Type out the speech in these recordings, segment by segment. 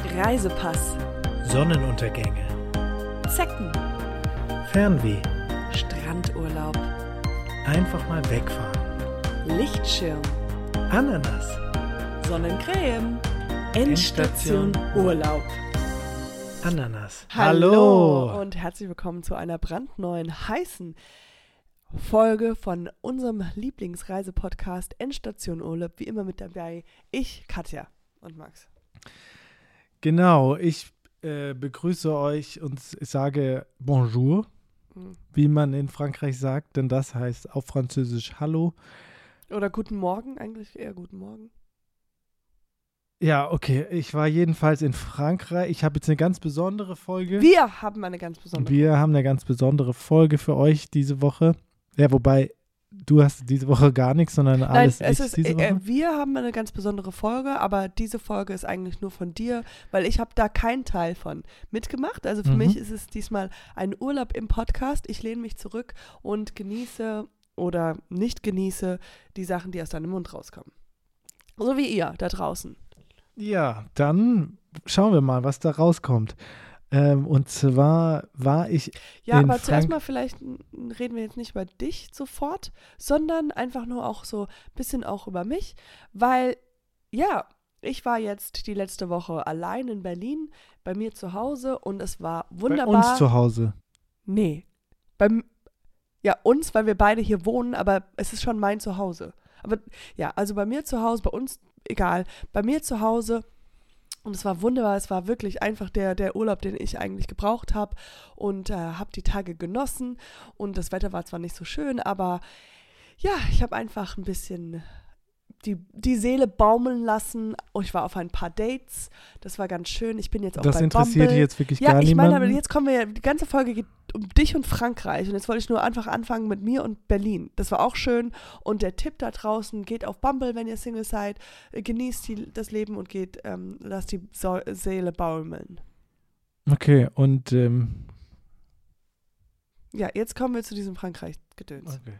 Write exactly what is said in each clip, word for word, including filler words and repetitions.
Reisepass, Sonnenuntergänge, Zecken, Fernweh, Strandurlaub, einfach mal wegfahren, Lichtschirm, Ananas, Sonnencreme, Endstation Urlaub. Ananas. Hallo und herzlich willkommen zu einer brandneuen, heißen Folge von unserem Lieblingsreisepodcast Endstation Urlaub. Wie immer mit dabei ich, Katja und Max. Genau, ich äh, begrüße euch und sage Bonjour, mhm. wie man in Frankreich sagt, denn das heißt auf Französisch Hallo. Oder Guten Morgen, eigentlich eher Guten Morgen. Ja, okay, ich war jedenfalls in Frankreich. Ich habe jetzt eine ganz besondere Folge. Wir haben eine ganz besondere Wir Folge. haben eine ganz besondere Folge für euch diese Woche. Ja, wobei, du hast diese Woche gar nichts, sondern alles Nein, es ich ist, diese Woche. Äh, wir haben eine ganz besondere Folge, aber diese Folge ist eigentlich nur von dir, weil ich habe da keinen Teil von mitgemacht. Also für Mhm. mich ist es diesmal ein Urlaub im Podcast. Ich lehne mich zurück und genieße oder nicht genieße die Sachen, die aus deinem Mund rauskommen. So wie ihr da draußen. Ja, dann schauen wir mal, was da rauskommt. Ähm, und zwar war ich Ja, in aber Frank- zuerst mal vielleicht reden wir jetzt nicht über dich sofort, sondern einfach nur auch so ein bisschen auch über mich, weil, ja, ich war jetzt die letzte Woche allein in Berlin, bei mir zu Hause und es war wunderbar. Bei uns zu Hause. Nee, beim, ja, uns, weil wir beide hier wohnen, aber es ist schon mein Zuhause. Aber ja, also bei mir zu Hause, bei uns, egal, bei mir zu Hause. Und es war wunderbar, es war wirklich einfach der, der Urlaub, den ich eigentlich gebraucht habe und äh, habe die Tage genossen und das Wetter war zwar nicht so schön, aber ja, ich habe einfach ein bisschen die, die Seele baumeln lassen. Oh, ich war auf ein paar Dates, das war ganz schön. Ich bin jetzt auch Das bei interessiert Bumble. jetzt wirklich Ja, gar ich meine, aber niemanden. jetzt kommen wir ja, die ganze Folge geht um dich und Frankreich und jetzt wollte ich nur einfach anfangen mit mir und Berlin. Das war auch schön und der Tipp da draußen, geht auf Bumble, wenn ihr Single seid, äh, genießt die, das Leben und geht, ähm, lasst die so- Seele baumeln. Okay, und ähm, Ja, jetzt kommen wir zu diesem Frankreich-Gedöns. okay.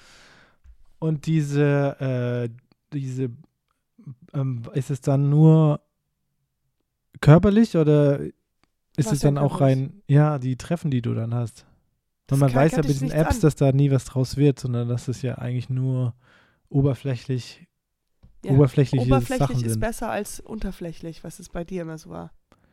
Und diese, äh, diese, ähm, ist es dann nur körperlich oder ist Was es dann ja auch körperlich? rein, ja, die Treffen, die du dann hast? Das Und man kann- weiß ja kann bei dich diesen nichts Apps, an. dass da nie was draus wird, sondern dass es ja eigentlich nur oberflächlich, Ja, oberflächliche oberflächlich Sachen ist sind. besser als unterflächlich, was es bei dir immer so war.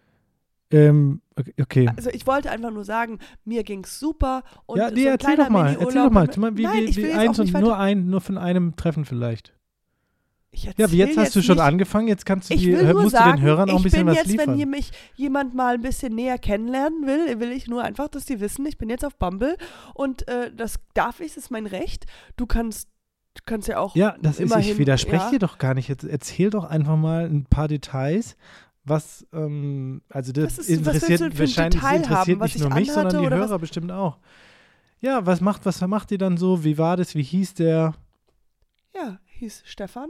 Ähm, okay, okay. Also ich wollte einfach nur sagen, mir ging's super und ja, nee, so ein erzähl kleiner doch mal, erzähl Mini-Urlaub doch mal. mit- Tu mal, wie, Nein, wie, ich will wie jetzt eins auch nicht und nur weiter- ein, nur von einem Treffen vielleicht. Ich Ja, wie jetzt erzähl hast du schon nicht- angefangen, jetzt kannst du Ich die, will nur musst sagen, du den Hörern auch ein ich bisschen bin was jetzt, liefern. wenn hier mich jemand mal ein bisschen näher kennenlernen will, will ich nur einfach, dass die wissen, ich bin jetzt auf Bumble und äh, das darf ich, das ist mein Recht. Du kannst, du kannst ja auch Ja, das ist, immerhin, ich widerspreche ja. dir doch gar nicht. Jetzt erzähl doch einfach mal ein paar Details, was, ähm, also das Was ist- was willst interessiert du für ein wahrscheinlich, das Detail interessiert haben, was nicht ich nur mich, anhatte sondern die oder Hörer bestimmt auch. Ja, was macht, was macht ihr dann so? Wie war das? Wie hieß der? Ja, hieß Stefan.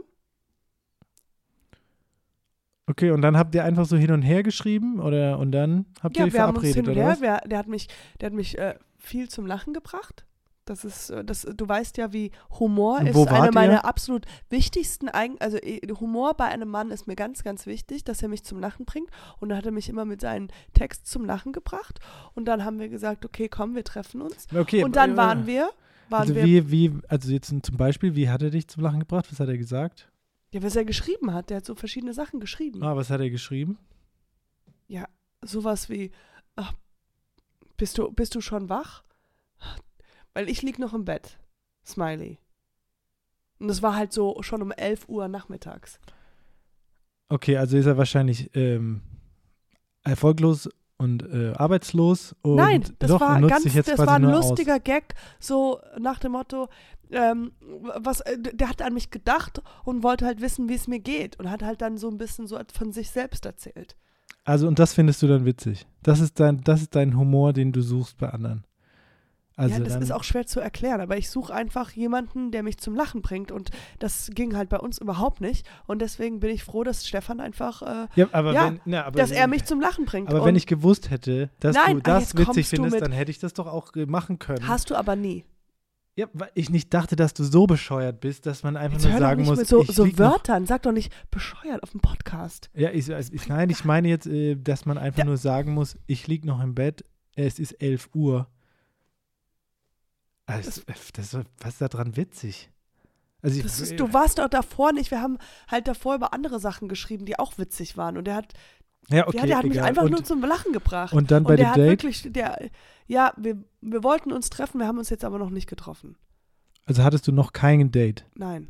Okay, und dann habt ihr einfach so hin und her geschrieben oder und dann habt ihr Ja, euch wir haben uns verabredet hin und oder her, was? wir, der hat mich, der hat mich äh, viel zum Lachen gebracht. Das ist, äh, das, du weißt ja, wie Humor Und ist wo wart eine ihr? meiner absolut wichtigsten Eigen, also äh, Humor bei einem Mann ist mir ganz, ganz wichtig, dass er mich zum Lachen bringt. Und dann hat er mich immer mit seinen Text zum Lachen gebracht. Und dann haben wir gesagt, okay, komm, wir treffen uns. Okay, Und dann äh, waren wir, waren also wir, wie, wie, also jetzt zum Beispiel, wie hat er dich zum Lachen gebracht? Was hat er gesagt? ja, was er geschrieben hat, der hat so verschiedene Sachen geschrieben. Ah, was hat er geschrieben? Ja, sowas wie, ach, bist du, bist du schon wach? Weil ich lieg noch im Bett. Smiley. Und das war halt so schon um elf Uhr nachmittags. Okay, also ist er wahrscheinlich ähm, erfolglos und äh, arbeitslos und Nein, das doch, war und nutzt ganz, sich jetzt das quasi war ein nur lustiger Gag, so nach dem Motto, ähm, was, äh, der hat an mich gedacht und wollte halt wissen, wie es mir geht und hat halt dann so ein bisschen so von sich selbst erzählt. aus. Also und das findest du dann witzig. Das ist dein, das ist dein Humor, den du suchst bei anderen. Also ja, das dann, ist auch schwer zu erklären, aber ich suche einfach jemanden, der mich zum Lachen bringt und das ging halt bei uns überhaupt nicht und deswegen bin ich froh, dass Stefan einfach, äh, ja, aber ja, wenn, na, aber dass wenn, er mich zum Lachen bringt. Aber und wenn ich gewusst hätte, dass Nein, du ah, das jetzt witzig kommst du findest, mit- dann hätte ich das doch auch äh, machen können. hast du aber nie. Ja, weil ich nicht dachte, dass du so bescheuert bist, dass man einfach Jetzt nur hör doch sagen nicht muss, mit so, ich so lieg noch. Wörtern. Sag doch nicht bescheuert auf dem Podcast. Ja, ich, ich, nein, ich meine jetzt, äh, dass man einfach Ja. nur sagen muss, ich lieg noch im Bett, es ist elf Uhr. Also, das, was ist da dran witzig? Also ich, Das ist, du warst doch davor nicht. Wir haben halt davor über andere Sachen geschrieben, die auch witzig waren. Und der hat, ja, okay, ja, der hat mich egal. einfach und, nur zum Lachen gebracht. und dann bei und der dem hat Date, wirklich, der, ja, wir, wir wollten uns treffen, wir haben uns jetzt aber noch nicht getroffen. also hattest du noch kein Date? Nein.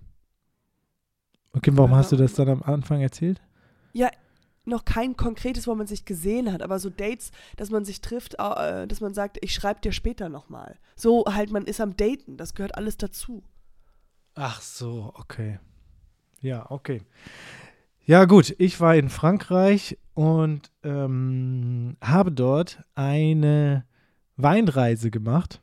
Okay, warum Aber- hast du das dann am Anfang erzählt? Ja, noch kein konkretes, wo man sich gesehen hat, aber so Dates, dass man sich trifft, äh, dass man sagt, ich schreibe dir später nochmal. So halt, man ist am Daten, das gehört alles dazu. Ach so, okay. Ja, okay. Ja gut, ich war in Frankreich und ähm, habe dort eine Weinreise gemacht,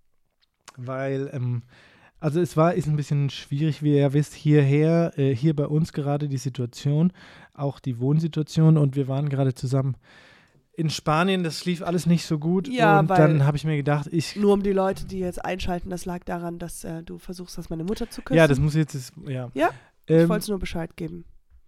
weil, ähm, also es war, ist ein bisschen schwierig, wie ihr ja wisst, hierher, äh, hier bei uns gerade die Situation, auch die Wohnsituation und wir waren gerade zusammen in Spanien, das lief alles nicht so gut Ja, und weil- dann habe ich mir gedacht, ich, Nur um die Leute, die jetzt einschalten, das lag daran, dass äh, du versuchst, das meine Mutter zu küssen. ja, das muss jetzt, das, ja. Ja, ich Ähm, wollte nur Bescheid geben.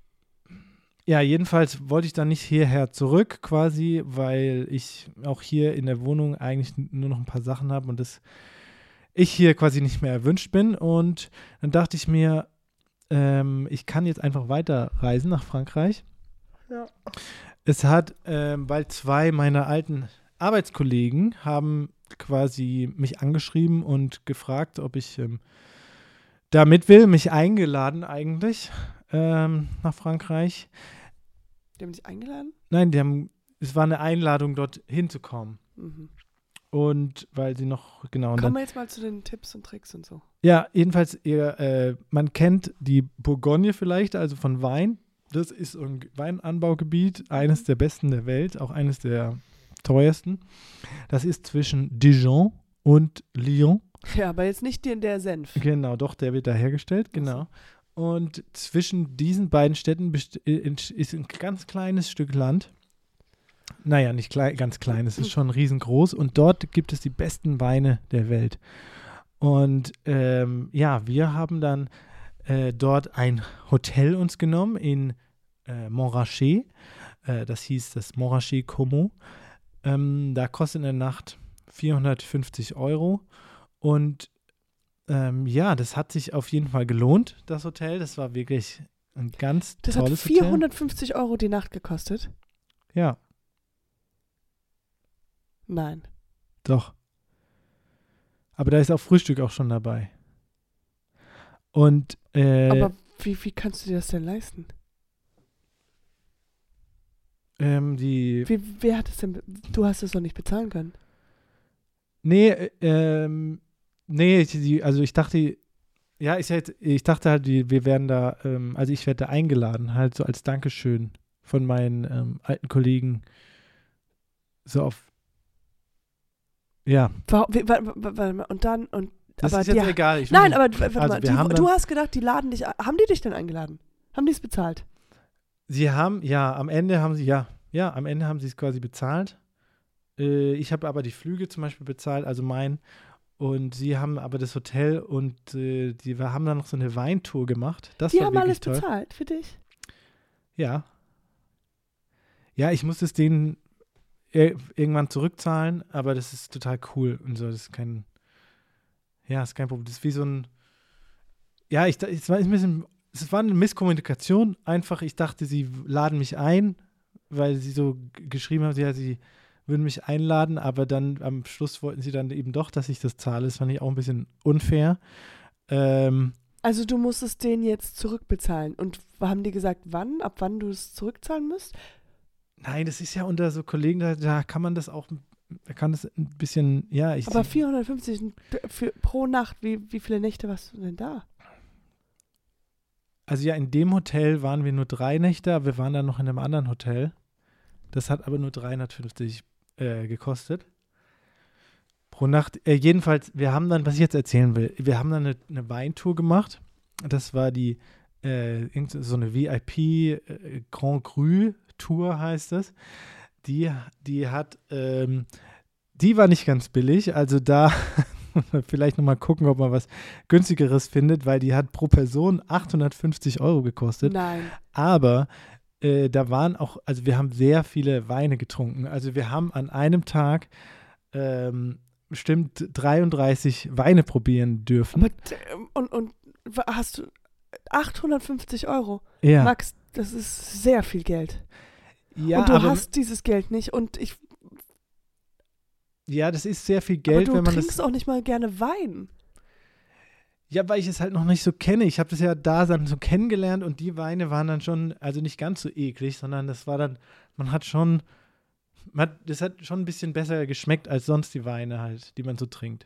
Ja, jedenfalls wollte ich dann nicht hierher zurück quasi, weil ich auch hier in der Wohnung eigentlich n- nur noch ein paar Sachen habe und das ich hier quasi nicht mehr erwünscht bin. Und dann dachte ich mir, ähm, ich kann jetzt einfach weiterreisen nach Frankreich. Ja. Es hat, ähm, weil zwei meiner alten Arbeitskollegen haben quasi mich angeschrieben und gefragt, ob ich ähm, da mit will, mich eingeladen eigentlich ähm, nach Frankreich. Die haben dich eingeladen? Nein, die haben, es war eine Einladung, dort hinzukommen. Mhm. Und weil sie noch, genau. Und Kommen dann, wir jetzt mal zu den Tipps und Tricks und so. ja, jedenfalls, ihr, äh, man kennt die Bourgogne vielleicht, also von Wein. Das ist so ein Weinanbaugebiet, eines der besten der Welt, auch eines der teuersten. Das ist zwischen Dijon und Lyon. Ja, aber jetzt nicht der, der Senf. Genau, doch, der wird da hergestellt, genau. Und zwischen diesen beiden Städten best- äh, ist ein ganz kleines Stück Land. Naja, nicht klein, ganz klein, es ist schon riesengroß. Und dort gibt es die besten Weine der Welt. Und ähm, ja, wir haben dann äh, dort ein Hotel uns genommen in äh, Montrachet. Äh, das hieß das Montrachet Como. Ähm, da kostet eine Nacht vierhundertfünfzig Euro. Und ähm, ja, das hat sich auf jeden Fall gelohnt, das Hotel. Das war wirklich ein ganz Das hat tolles Hotel. vierhundertfünfzig Euro die Nacht gekostet? Ja, Nein. doch. Aber da ist auch Frühstück auch schon dabei. Und äh, Aber wie, wie kannst du dir das denn leisten? ähm, die Wie, wer hat es denn? be- Du hast es doch nicht bezahlen können. Nee, äh, ähm, nee, ich, die, also ich dachte, ja, ich, hätte, ich dachte halt, die, wir werden da, ähm, also ich werde da eingeladen, halt so als Dankeschön von meinen ähm, alten Kollegen. So auf, ja, Warum, wie, wa- wa- wa- warte mal, und dann, und, das aber ist jetzt die, egal. Ich will nein, nicht- aber warte also mal, wir die, haben du dann- hast gedacht, die laden dich, haben die dich denn eingeladen? Haben die es bezahlt? Sie haben, ja, am Ende haben sie, ja, ja, am Ende haben sie es quasi bezahlt. Äh, ich habe aber die Flüge zum Beispiel bezahlt, also mein. Und sie haben aber das Hotel und äh, die wir haben dann noch so eine Weintour gemacht. Das Die war haben wirklich alles toll. bezahlt für dich? Ja. Ja, ich muss es denen ir- irgendwann zurückzahlen, aber das ist total cool und so. Das ist kein, ja, ist kein Problem. Das ist wie so ein, ja, ich, da- es war ein bisschen, es war eine Misskommunikation. Einfach, ich dachte, sie laden mich ein, weil sie so g- geschrieben haben, ja, sie würden mich einladen, aber dann am Schluss wollten sie dann eben doch, dass ich das zahle. Das fand ich auch ein bisschen unfair. Ähm, Also du musst es denen jetzt zurückbezahlen. Und haben die gesagt, wann, ab wann du es zurückzahlen musst? nein, das ist ja unter so Kollegen, da, da kann man das auch, da kann das ein bisschen, ja, ich. Aber vierhundertfünfzig für, pro Nacht, wie, wie viele Nächte warst du denn da? Also ja, in dem Hotel waren wir nur drei Nächte, aber wir waren dann noch in einem anderen Hotel. Das hat aber nur dreihundertfünfzig äh, gekostet. Pro Nacht. Äh, jedenfalls, wir haben dann, was ich jetzt erzählen will, wir haben dann eine, eine Weintour gemacht. Das war die, äh, irgend so eine V I P äh, Grand Cru Tour heißt das. Die, die hat, ähm, die war nicht ganz billig. Also da vielleicht nochmal gucken, ob man was günstigeres findet, weil die hat pro Person achthundertfünfzig Euro gekostet. Nein. Aber äh, da waren auch, also wir haben sehr viele Weine getrunken. Also wir haben an einem Tag ähm, bestimmt dreiunddreißig Weine probieren dürfen. Aber, und, und hast du achthundertfünfzig Euro? Ja. Max, das ist sehr viel Geld. Ja, und du aber, hast dieses Geld nicht und ich. Ja, das ist sehr viel Geld, aber du wenn man trinkst das. auch nicht mal gerne Wein. Ja, weil ich es halt noch nicht so kenne. Ich habe das ja da dann so kennengelernt und die Weine waren dann schon, also nicht ganz so eklig, sondern das war dann, man hat schon, man hat, das hat schon ein bisschen besser geschmeckt als sonst die Weine halt, die man so trinkt.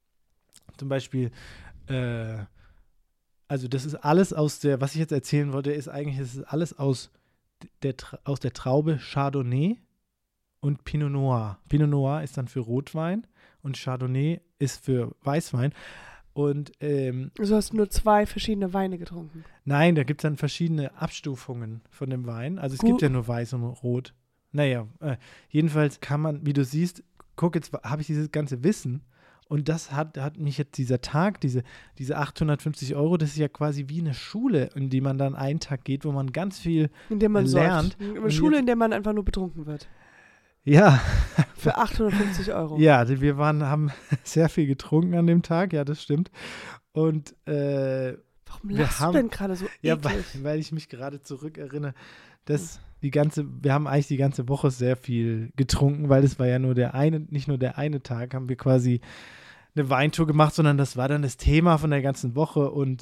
Zum Beispiel, äh, also das ist alles aus der, was ich jetzt erzählen wollte, ist eigentlich, das ist alles aus der, aus der Traube Chardonnay und Pinot Noir. Pinot Noir ist dann für Rotwein und Chardonnay ist für Weißwein. Und ähm, Also hast du nur zwei verschiedene Weine getrunken? Nein, da gibt es dann verschiedene Abstufungen von dem Wein. Also es Gut. gibt ja nur Weiß und Rot. Naja, äh, jedenfalls kann man, wie du siehst, guck, jetzt habe ich dieses ganze Wissen und das hat, hat mich jetzt dieser Tag, diese, diese achthundertfünfzig Euro, das ist ja quasi wie eine Schule, in die man dann einen Tag geht, wo man ganz viel in der man lernt. Säuft. Eine Und Schule, jetzt, in der man einfach nur betrunken wird. Ja. Für achthundertfünfzig Euro. Ja, wir waren, haben sehr viel getrunken an dem Tag, ja, das stimmt. Und äh, Warum wir lachst haben, du denn gerade so eklig? Ja, weil, weil ich mich gerade zurückerinnere, dass die ganze, wir haben eigentlich die ganze Woche sehr viel getrunken, weil das war ja nur der eine, nicht nur der eine Tag, haben wir quasi eine Weintour gemacht, sondern das war dann das Thema von der ganzen Woche und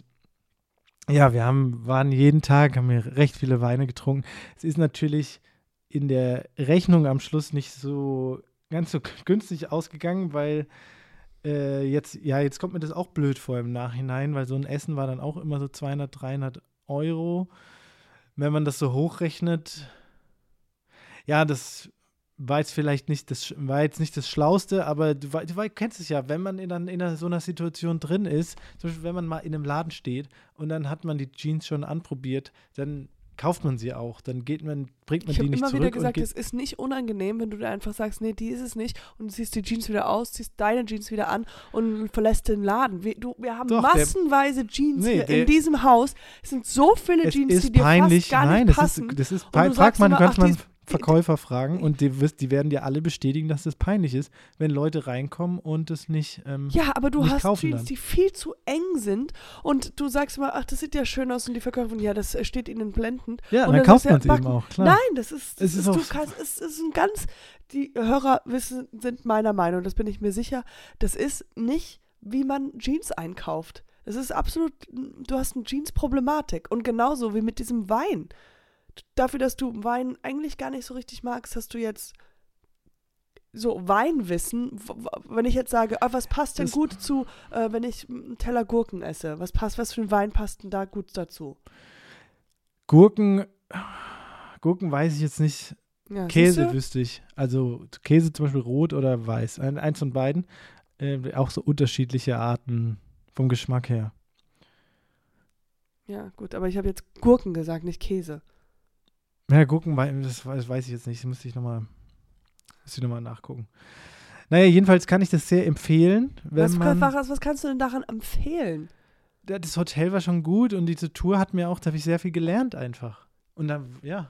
ja, wir haben, waren jeden Tag, haben wir recht viele Weine getrunken. Es ist natürlich in der Rechnung am Schluss nicht so ganz so günstig ausgegangen, weil äh, jetzt, ja, jetzt kommt mir das auch blöd vor im Nachhinein, weil so ein Essen war dann auch immer so zweihundert, dreihundert Euro. Wenn man das so hochrechnet, ja, das war jetzt vielleicht nicht das, war jetzt nicht das Schlauste, aber du, du kennst es ja, wenn man in, in, in so einer Situation drin ist, zum Beispiel wenn man mal in einem Laden steht und dann hat man die Jeans schon anprobiert, dann kauft man sie auch, dann geht man, bringt man ich die nicht zurück. Ich habe immer wieder gesagt, und es ist nicht unangenehm, wenn du da einfach sagst, nee, die ist es nicht und du ziehst die Jeans wieder aus, ziehst deine Jeans wieder an und verlässt den Laden. Wir, du, wir haben Doch, massenweise der, Jeans nee, hier der, in diesem Haus. Es sind so viele Jeans, die dir peinlich, fast gar nein, nicht das passen. Ist, das ist und peinlich. du Frag sagst man, immer, kannst ach, man die, Verkäufer fragen und die, die werden dir alle bestätigen, dass das peinlich ist, wenn Leute reinkommen und es nicht ähm, Ja, aber du nicht hast kaufen Jeans, dann. die viel zu eng sind und du sagst immer, ach, das sieht ja schön aus und die Verkäuferin, ja, das steht ihnen blendend. Ja, und dann kauft ist man es ja eben backen. auch, klar. Nein, das ist, das Es ist ist, auch- du kannst, es ist ein ganz, die Hörer wissen, sind meiner Meinung, das bin ich mir sicher, das ist nicht, wie man Jeans einkauft. Das ist absolut, du hast eine Jeans-Problematik und genauso wie mit diesem Wein. Dafür, dass du Wein eigentlich gar nicht so richtig magst, hast du jetzt so Weinwissen. W- w- Wenn ich jetzt sage, ah, was passt denn Das- gut zu, äh, wenn ich einen Teller Gurken esse? Was passt, was für ein Wein passt denn da gut dazu? Gurken, Gurken weiß ich jetzt nicht. Ja, Käse siehste? wüsste ich. Also Käse zum Beispiel rot oder weiß. Ein, eins von beiden. Äh, auch so unterschiedliche Arten vom Geschmack her. Ja, gut, aber ich habe jetzt Gurken gesagt, nicht Käse. Ja, Gurken, wei- das weiß weiß ich jetzt nicht. Das müsste ich nochmal müsste ich noch mal nachgucken. Naja, jedenfalls kann ich das sehr empfehlen, wenn Was, man. was, was kannst du denn daran empfehlen? Ja, das Hotel war schon gut und diese Tour hat mir auch, da habe ich sehr viel gelernt einfach. Und dann, ja.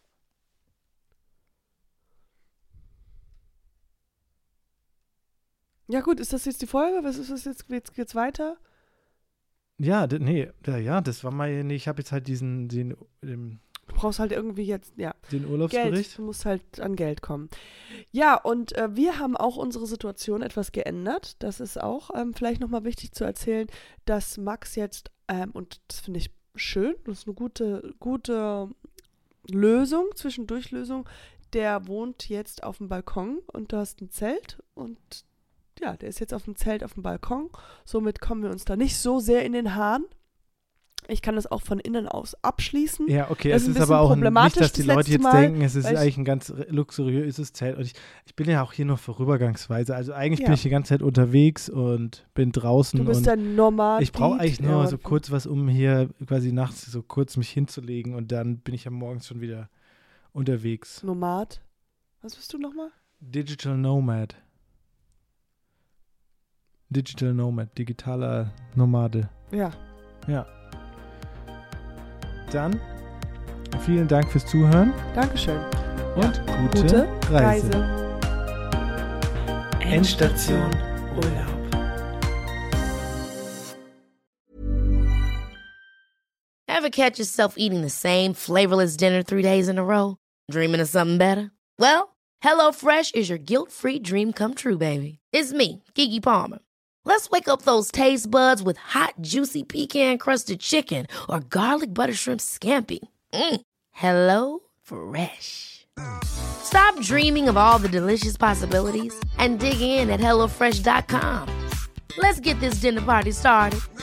Ja gut, ist das jetzt die Folge? Was ist das jetzt? Jetzt geht's weiter? Ja, d- nee, ja, ja, das war mal, nee, ich habe jetzt halt diesen, den, den, Du brauchst halt irgendwie jetzt, ja, den Urlaubsbericht. Geld. Du musst halt an Geld kommen. Ja, und äh, wir haben auch unsere Situation etwas geändert. Das ist auch ähm, vielleicht nochmal wichtig zu erzählen, dass Max jetzt, ähm, und das finde ich schön, das ist eine gute, gute Lösung, Zwischendurchlösung, der wohnt jetzt auf dem Balkon und du hast ein Zelt und ja, der ist jetzt auf dem Zelt auf dem Balkon. Somit kommen wir uns da nicht so sehr in den Haaren. Ich kann das auch von innen aus abschließen. Ja, okay, Das es ist ist ein aber auch bisschen nicht, dass problematisch die das Leute letzte jetzt Mal, denken, es ist weil ich- eigentlich ein ganz luxuriöses Zelt. Und ich, ich bin ja auch hier nur vorübergangsweise. Also eigentlich Ja. bin ich die ganze Zeit unterwegs und bin draußen Du bist und ein Nomad. ich brauche eigentlich nur ja, so kurz was, um hier quasi nachts so kurz mich hinzulegen und dann bin ich ja morgens schon wieder unterwegs. Nomad. Was bist du nochmal? Digital Nomad. Digital Nomad, digitaler Nomade. Ja. Ja. Dann vielen Dank fürs Zuhören. Dankeschön. Und ja. gute, gute Reise. Reise. Endstation Urlaub. Ever catch yourself eating the same flavorless dinner three days in a row? Dreaming of something better? Well, HelloFresh is your guilt-free dream come true, baby. It's me, Keke Palmer. Let's wake up those taste buds with hot, juicy pecan-crusted chicken or garlic butter shrimp scampi. Mm. Hello Fresh. Stop dreaming of all the delicious possibilities and dig in at hello fresh dot com. Let's get this dinner party started.